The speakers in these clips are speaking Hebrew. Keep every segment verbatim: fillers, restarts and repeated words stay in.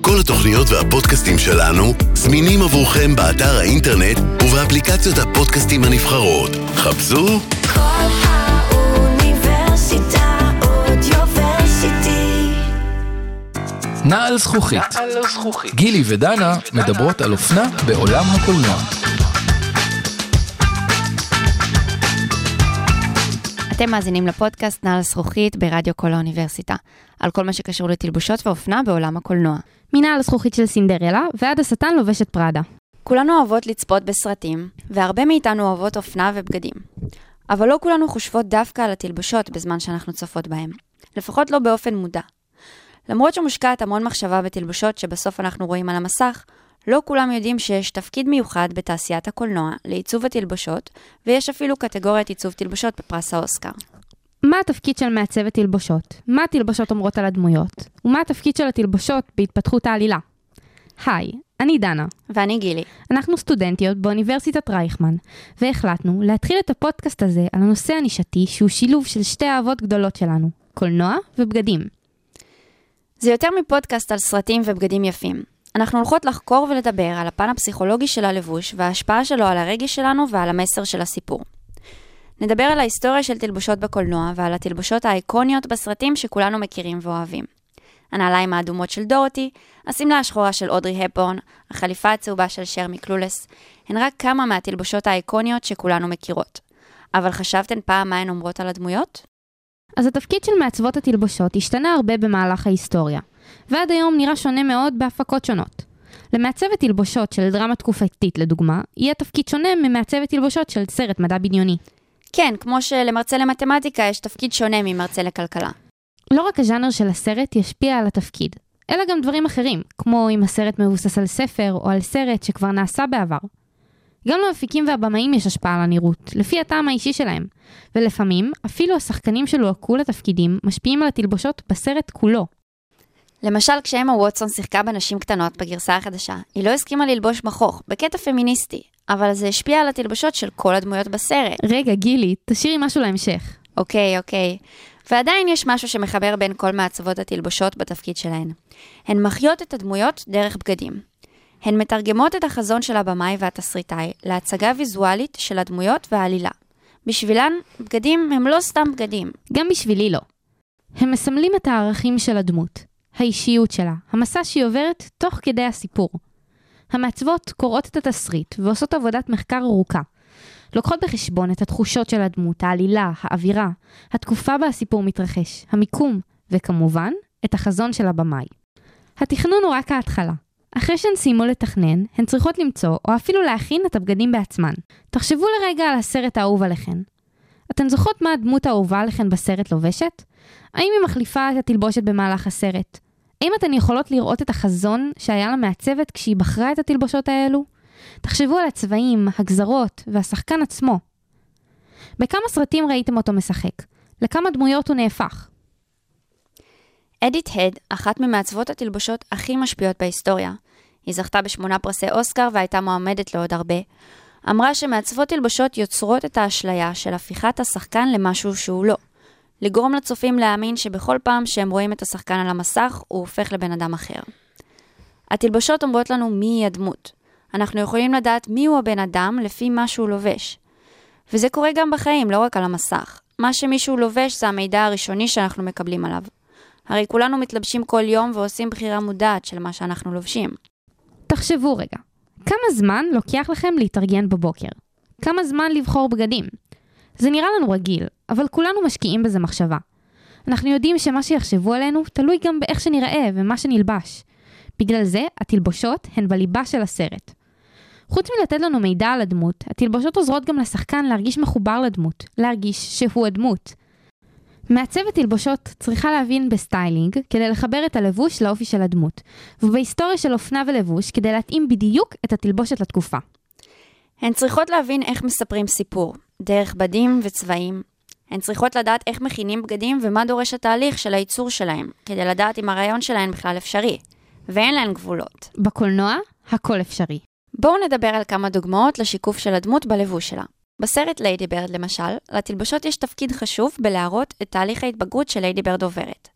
כל התוכניות והפודקאסטים שלנו זמינים עבורכם באתר האינטרנט ובאפליקציות הפודקאסטים הנבחרות. חפשו כל האוניברסיטה אודיוורסיטי. נעל זכוכית. גילי ודנה מדברות על אופנה בעולם הקולנוע. אתם מאזינים לפודקאסט נעל זכוכית ברדיו כל האוניברסיטה, על כל מה שקשור לתלבושות ואופנה בעולם הקולנוע. מנעל זכוכית של סינדרלה ועד השטן לובשת פראדה. כולנו אוהבות לצפות בסרטים, והרבה מאיתנו אוהבות אופנה ובגדים. אבל לא כולנו חושבות דווקא על התלבושות בזמן שאנחנו צופות בהם. לפחות לא באופן מודע. למרות שמושקעת המון מחשבה בתלבושות שבסוף אנחנו רואים על המסך, לא כולם יודעים שיש תפקיד מיוחד בתעשיית הקולנוע לעיצוב התלבושות, ויש אפילו קטגוריית עיצוב תלבושות בפרס האוסקר. מה התפקיד של מעצבת תלבושות? מה התלבושות אומרות על הדמויות? ומה התפקיד של התלבושות בהתפתחות העלילה? היי, אני דנה. ואני גילי. אנחנו סטודנטיות באוניברסיטת רייכמן, והחלטנו להתחיל את הפודקאסט הזה על הנושא הנישתי שהוא שילוב של שתי אהבות גדולות שלנו, קולנוע ובגדים. זה יותר מפודקאסט על סרטים ובגדים יפים. אנחנו הולכות לחקור ולדבר על הפן הפסיכולוגי של הלבוש וההשפעה שלו על הרגש שלנו ועל המסר של הסיפור. נדבר על ההיסטוריה של תלבושות בקולנוע ועל התלבושות האיקוניות בסרטים שכולנו מכירים ואוהבים. הנעליים האדומות של דורותי, השמלה השחורה של אודרי הפבורן, החליפה הצהובה של שרמי קלולס, הן רק כמה מהתלבושות האיקוניות שכולנו מכירות. אבל חשבתן פעם מה הן אומרות על הדמויות? אז התפקיד של מעצבות התלבושות השתנה הרבה במהלך ההיסטוריה, ועד היום נראה שונה מאוד בהפקות שונות. למעצבת תלבושות של דרמה תקופתית, לדוגמה, יהיה תפקיד שונה ממעצבת תלבושות של סרט מדע בדיוני. כן, כמו שלמרצה למתמטיקה יש תפקיד שונה ממרצה לכלכלה. לא רק הז'אנר של הסרט ישפיע על התפקיד, אלא גם דברים אחרים, כמו אם הסרט מבוסס על ספר או על סרט שכבר נעשה בעבר. גם למפיקים והבמאים יש השפעה על הנראות, לפי הטעם האישי שלהם, ולפעמים אפילו השחקנים שלוהקו לתפקידים משפיעים על התלבושות בסרט כולו. למשל, כשאמה ווטסון שיחקה בנשים קטנות בגרסה החדשה, היא לא הסכימה ללבוש מכוך, בקטע פמיניסטי, אבל זה השפיע על התלבושות של כל הדמויות בסרט. רגע, גילי, תשאירי משהו להמשך. אוקיי, אוקיי. ועדיין יש משהו שמחבר בין כל מעצבות התלבושות בתפקיד שלהן. הן מחיות את הדמויות דרך בגדים. הן מתרגמות את החזון של הבמאי והתסריטאי להצגה ויזואלית של הדמויות והעלילה. בשבילן, בגדים הם לא סתם בגדים. גם בשבילי לא. הם מסמלים את הערכים של הדמות, האישיות שלה, המסע שהיא עוברת תוך כדי הסיפור. המעצבות קוראות את התסריט ועושות עבודת מחקר ארוכה. לוקחות בחשבון את התחושות של הדמות, העלילה, האווירה, התקופה בה הסיפור מתרחש, המיקום, וכמובן, את החזון של הבמאי. התכנון הוא רק ההתחלה. אחרי שהן סיימו לתכנן, הן צריכות למצוא או אפילו להכין את הבגדים בעצמן. תחשבו לרגע על הסרט האהוב עליכן. אתן זוכרות מה הדמות האהובה עליכן בסרט לובשת? האם היא מחליפה את התלבושת במהלך הסרט? האם אתן יכולות לראות את החזון שהיה לה מעצבת כשהיא בחרה את התלבושות האלו? תחשבו על הצבעים, הגזרות והשחקן עצמו. בכמה סרטים ראיתם אותו משחק? לכמה דמויות הוא נהפך? אדית הד, אחת ממעצבות התלבושות הכי משפיעות בהיסטוריה, היא זכתה בשמונה פרסי אוסקר והייתה מועמדת לעוד הרבה, אמרה שמעצבות תלבושות יוצרות את האשליה של הפיכת השחקן למשהו שהוא לא. לגרום לצופים להאמין שבכל פעם שהם רואים את השחקן על המסך, הוא הופך לבן אדם אחר. התלבושות אומרות לנו מי היא הדמות. אנחנו יכולים לדעת מי הוא הבן אדם לפי מה שהוא לובש. וזה קורה גם בחיים, לא רק על המסך. מה שמישהו לובש זה המידע הראשוני שאנחנו מקבלים עליו. הרי כולנו מתלבשים כל יום ועושים בחירה מודעת של מה שאנחנו לובשים. תחשבו רגע, כמה זמן לוקח לכם להתארגן בבוקר? כמה זמן לבחור בגדים? זה נראה לנו רגיל, אבל כולנו משקיעים בזה מחשבה. אנחנו יודעים שמה שיחשבו עלינו תלוי גם באיך שנראה ומה שנלבש. בגלל זה, התלבושות הן בליבה של הסרט. חוץ מלתת לנו מידע על הדמות, התלבושות עוזרות גם לשחקן להרגיש מחובר לדמות, להרגיש שהוא הדמות. מעצבת תלבושות צריכה להבין בסטיילינג כדי לחבר את הלבוש לאופי של הדמות, ובהיסטוריה של אופנה ולבוש כדי להתאים בדיוק את התלבושת לתקופה. הן צריכות להבין איך מספרים סיפור, דרך בדים וצבעים. הן צריכות לדעת איך מכינים בגדים ומה דורש התהליך של הייצור שלהם, כדי לדעת אם הרעיון שלהן בכלל אפשרי, ואין להן גבולות. בקולנוע, הכל אפשרי. בואו נדבר על כמה דוגמאות לשיקוף של הדמות בלבוש שלה. בסרט ליידי ברד למשל, לתלבושות יש תפקיד חשוב בלהראות את תהליך ההתבגרות של ליידי ברד עוברת.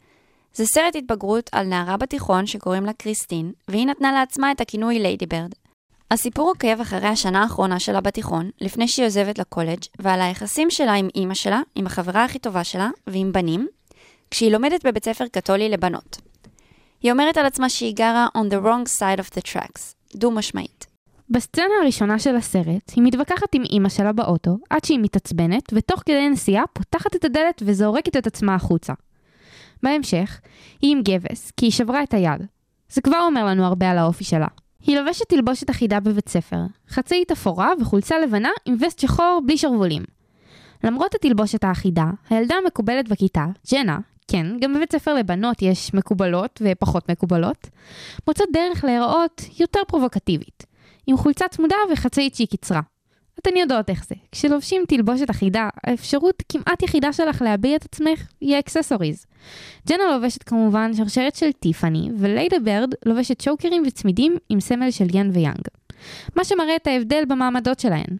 זה סרט התבגרות על נערה בתיכון שקוראים לה קריסטין, והיא נתנה לעצמה את הכינוי ליידי ברד. הסיפור עוקב אחרי השנה האחרונה שלה בתיכון, לפני שהיא עוזבת לקולג', ועל היחסים שלה עם אמא שלה, עם החברה הכי טובה שלה, ועם בנים, כשהיא לומדת בבית ספר קתולי לבנות. היא אומרת על עצמה שהיא גרה on the wrong side of the tracks, דו משמעית. בסצנה הראשונה של הסרט, היא מתווכחת עם אמא שלה באוטו, עד שהיא מתעצבנת, ותוך כדי נסיעה פותחת את הדלת וזורקת את עצמה החוצה. בהמשך, היא עם גבס, כי היא שברה את היד. זה כבר אומר לנו הרבה על האופי שלה. היא לובשת תלבושת אחידה בבית ספר, חצאית אפורה וחולצה לבנה עם וסט שחור בלי שרבולים. למרות התלבושת האחידה, הילדה המקובלת בכיתה, ג'נה, כן, גם בבית ספר לבנות יש מקובלות ופחות מקובלות, מוצאת דרך להיראות יותר פרובוקטיבית, עם חולצה צמודה וחצאית שהיא קיצרה. אתן יודעות איך זה. כשלובשים תלבושת אחידה, האפשרות כמעט יחידה שלך להביע את עצמך היא האקססוריז. ג'נה לובשת כמובן שרשרת של טיפני, וליידי ברד לובשת שוקרים וצמידים עם סמל של ין ויאנג. מה שמראה את ההבדל במעמדות שלהן.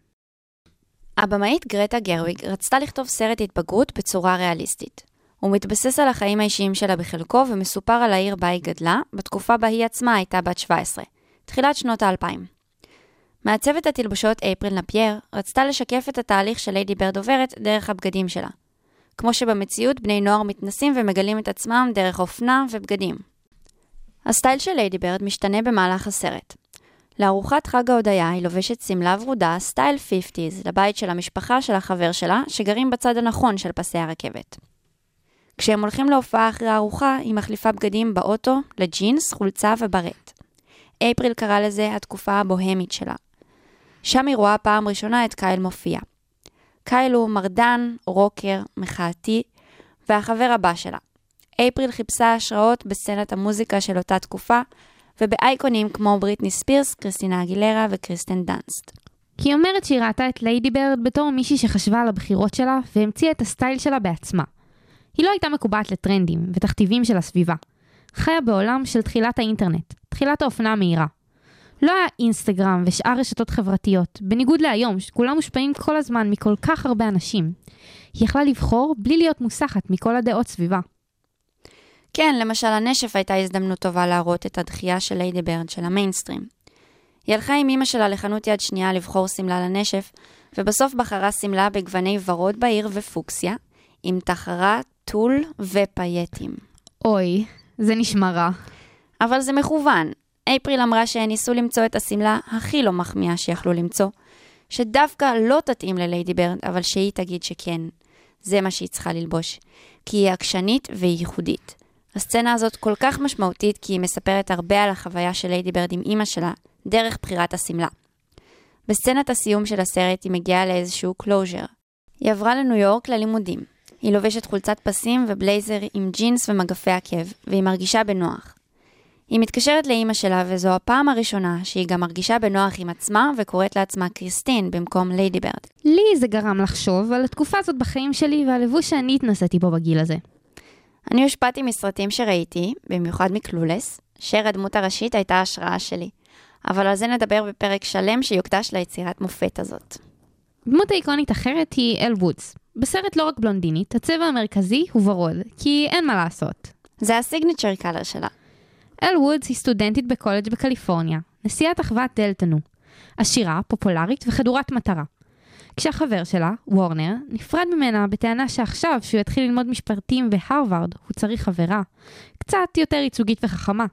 הבמאית גרטה גרוויג רצתה לכתוב סרט התבגרות בצורה ריאליסטית. הוא מתבסס על החיים האישיים שלה בחלקו ומסופר על העיר בה היא גדלה, בתקופה בה היא עצמה הייתה בת שבע עשרה, תחילת שנות האלפיים. מעצבת התלבושות אפריל נפייר רצתה לשקף את התהליך של ליידי ברד עוברת דרך הבגדים שלה. כמו שבמציאות בני נוער מתנסים ומגלים את עצמם דרך אופנה ובגדים. הסטייל של ליידי ברד משתנה במהלך הסרט. לארוחת חג ההודיה היא לובשת סמלה ורודה סטייל חמישים לבית של המשפחה של החבר שלה שגרים בצד הנכון של פסי הרכבת. כשהם הולכים להופעה אחרי הארוחה היא מחליפה בגדים באוטו לג'ינס, חולצה וברט. אפריל קרא לזה התקופה הבוהמית שלה. שם היא רואה פעם ראשונה את קייל מופיע. קייל הוא מרדן, רוקר, מחאתי, והחבר הבא שלה. אפריל חיפשה השראות בסצנת המוזיקה של אותה תקופה, ובאייקונים כמו בריטני ספירס, קריסטינה אגילרה וקריסטן דאנסט. כי היא אומרת שהיא ראתה את ליידי ברד בתור מישהי שחשבה על הבחירות שלה, והמציאה את הסטייל שלה בעצמה. היא לא הייתה מקובעת לטרנדים ותכתיבים של הסביבה. חיה בעולם של תחילת האינטרנט, תחילת האופנה המהירה. לא היה אינסטגרם ושאר רשתות חברתיות, בניגוד להיום שכולם מושפעים כל הזמן מכל כך הרבה אנשים. היא יכלה לבחור בלי להיות מוסחת מכל הדעות סביבה. כן, למשל הנשף הייתה הזדמנות טובה להראות את הדחייה של ליידי ברד של המיינסטרים. היא הלכה עם אמא שלה לחנות יד שנייה לבחור סמלה לנשף, ובסוף בחרה סמלה בגווני ורוד בהיר ופוקסיה, עם תחרה, טול ופייטים. אוי, זה נשמע רע. אבל זה מכוון. אפריל אמרה שהן ניסו למצוא את הסמלה הכי לא מחמיאה שיכלו למצוא, שדווקא לא תתאים לליידי ברד, אבל שהיא תגיד שכן. זה מה שהיא צריכה ללבוש, כי היא עקשנית וייחודית. הסצנה הזאת כל כך משמעותית, כי היא מספרת הרבה על החוויה של ליידי ברד עם אמא שלה, דרך בחירת הסמלה. בסצנת הסיום של הסרט היא מגיעה לאיזשהו קלוז'ר. היא עברה לניו יורק ללימודים. היא לובשת חולצת פסים ובלייזר עם ג'ינס ומגפי עקב, והיא מרגישה בנוח. היא מתקשרת לאמא שלה, וזו הפעם הראשונה שהיא גם מרגישה בנוח עם עצמה, וקוראת לעצמה קריסטין במקום ליידי ברד. לי זה גרם לחשוב על התקופה הזאת בחיים שלי, והלבוש שאני התנסיתי בו בגיל הזה. אני הושפעתי מסרטים שראיתי, במיוחד מקלולס, שר הדמות הראשית הייתה השראה שלי. אבל על זה נדבר בפרק שלם שיוקדש ליצירת מופת הזאת. דמות איקונית אחרת היא אל וודס. בסרט לא רק בלונדינית, הצבע המרכזי הוא ורוד, כי אין מה לעשות. זה הסיגניצ'ר קלר שלה. אל וודס היא סטודנטית בקולג' בקליפורניה, נשיאת אחוות דלטה נו. עשירה, פופולרית וחדורת מטרה. כשהחבר שלה, וורנר, נפרד ממנה בטענה שעכשיו שהוא יתחיל ללמוד משפטים בהרווארד, הוא צריך חברה. קצת יותר ייצוגית וחכמה.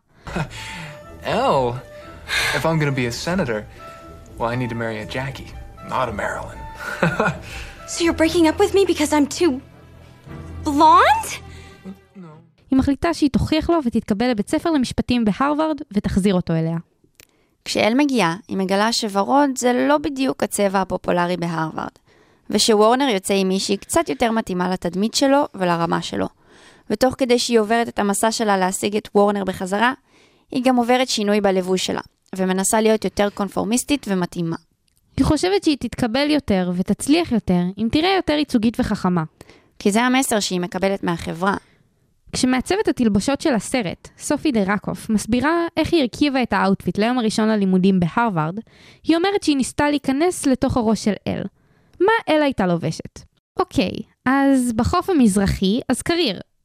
Oh, if I'm going to be a senator, well, I need to marry a Jackie, not a Marilyn. So you're breaking up with me because I'm too blonde? היא מחליטה שהיא תוכיח לו ותתקבל לבית ספר למשפטים בהרווארד ותחזיר אותו אליה. כשאל מגיעה, היא מגלה שוורוד זה לא בדיוק הצבע הפופולרי בהרווארד, ושוורנר יוצא עם מישהי קצת יותר מתאימה לתדמית שלו ולרמה שלו. ותוך כדי שהיא עוברת את המסע שלה להשיג את וורנר בחזרה, היא גם עוברת שינוי בלבוש שלה, ומנסה להיות יותר קונפורמיסטית ומתאימה. היא חושבת שהיא תתקבל יותר ותצליח יותר אם תראה יותר ייצוגית וחכמה. כי זה המסר שהיא מקבלת מהחברה. כשמעצבת התלבושות של הסרט, סופי דרקוף, מסבירה איך היא הרכיבה את האוטפיט ליום הראשון ללימודים בהרווארד, היא אומרת שהיא ניסתה להיכנס לתוך הראש של אל. מה אל הייתה לובשת? אוקיי, אז בחוף המזרחי, אז קריר.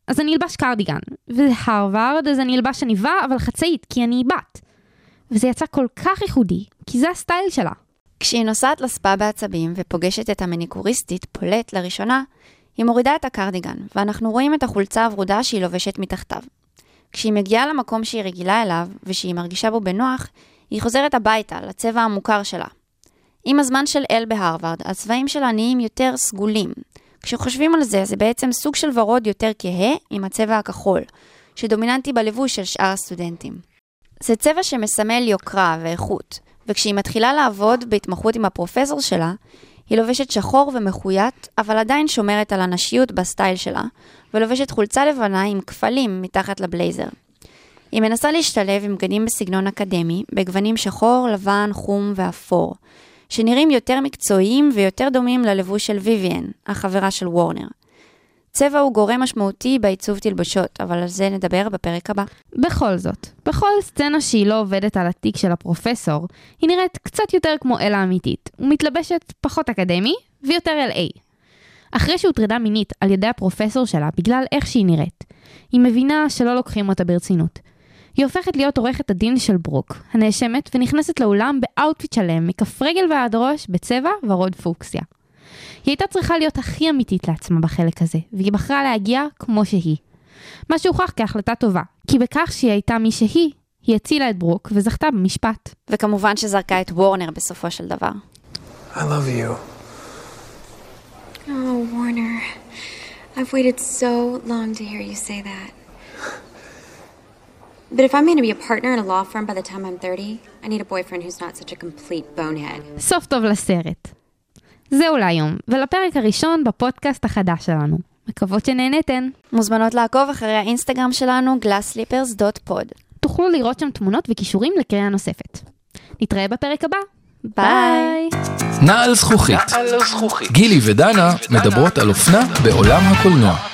אז אני אלבש קרדיגן, וזה הרווארד, אז אני אלבש עניבה, אבל חצאית, כי אני בת. וזה יצא כל כך ייחודי, כי זה הסטייל שלה. כשהיא נוסעת לספה בעצבים ופוגשת את המניקוריסטית פולט לראשונה, היא מורידה את הקרדיגן, ואנחנו רואים את החולצה הוורודה שהיא לובשת מתחתיו. כשהיא מגיעה למקום שהיא רגילה אליו, ושהיא מרגישה בו בנוח, היא חוזרת הביתה, לצבע המוכר שלה. עם הזמן של אל בהרווארד, הצבעים שלה נהיים יותר סגולים. כשחושבים על זה, זה בעצם סוג של ורוד יותר כהה עם הצבע הכחול, שדומיננטי בלבוש של שאר הסטודנטים. זה צבע שמסמל יוקרה ואיכות, וכשהיא מתחילה לעבוד בהתמחות עם הפרופסור שלה, היא לובשת שחור ומחוית, אבל עדיין שומרת על הנשיות בסטייל שלה, ולובשת חולצה לבנה עם כפלים מתחת לבלייזר. היא מנסה להשתלב עם בגדים בסגנון אקדמי, בגוונים שחור, לבן, חום ואפור, שנראים יותר מקצועיים ויותר דומים ללבוש של ויויאן, החברה של וורנר. צבע הוא גורם משמעותי בעיצוב תלבושות, אבל על זה נדבר בפרק הבא. בכל זאת, בכל סצנה שהיא לא עובדת על התיק של הפרופסור, היא נראית קצת יותר כמו אלה האמיתית, ומתלבשת פחות אקדמי ויותר אל איי. אחרי שהוטרדה מינית על ידי הפרופסור שלה בגלל איך שהיא נראית, היא מבינה שלא לוקחים אותה ברצינות. היא הופכת להיות עורכת הדין של ברוק, הנאשמת, ונכנסת לאולם באוטפיט שלם, מכף רגל ועד ראש, בצבע ורוד פוקסיה. היא הייתה צריכה להיות הכי אמיתית לעצמה בחלק הזה, והיא בחרה להגיע כמו שהיא. מה שהוכח כהחלטה טובה, כי בכך שהיא הייתה מי שהיא, היא הצילה את ברוק וזכתה במשפט. וכמובן שזרקה את וורנר בסופו של דבר. I love you. Oh, Warner. I've waited so long to hear you say that. But if I'm going to be a partner in a law firm by the time I'm thirty, I need a boyfriend who's not such a complete bonehead. סוף טוב לסרט. זהו להיום, ולפרק הראשון בפודקאסט החדש שלנו. מקוות שנהנתן. מוזמנות לעקוב אחרי האינסטגרם שלנו גלאס סליפרס דוט פוד. תוכלו לראות שם תמונות וקישורים לקריאה נוספת. נתראה בפרק הבא. ביי. נעל זכוכית. גילי ודנה מדברות על אופנה בעולם הקולנוע.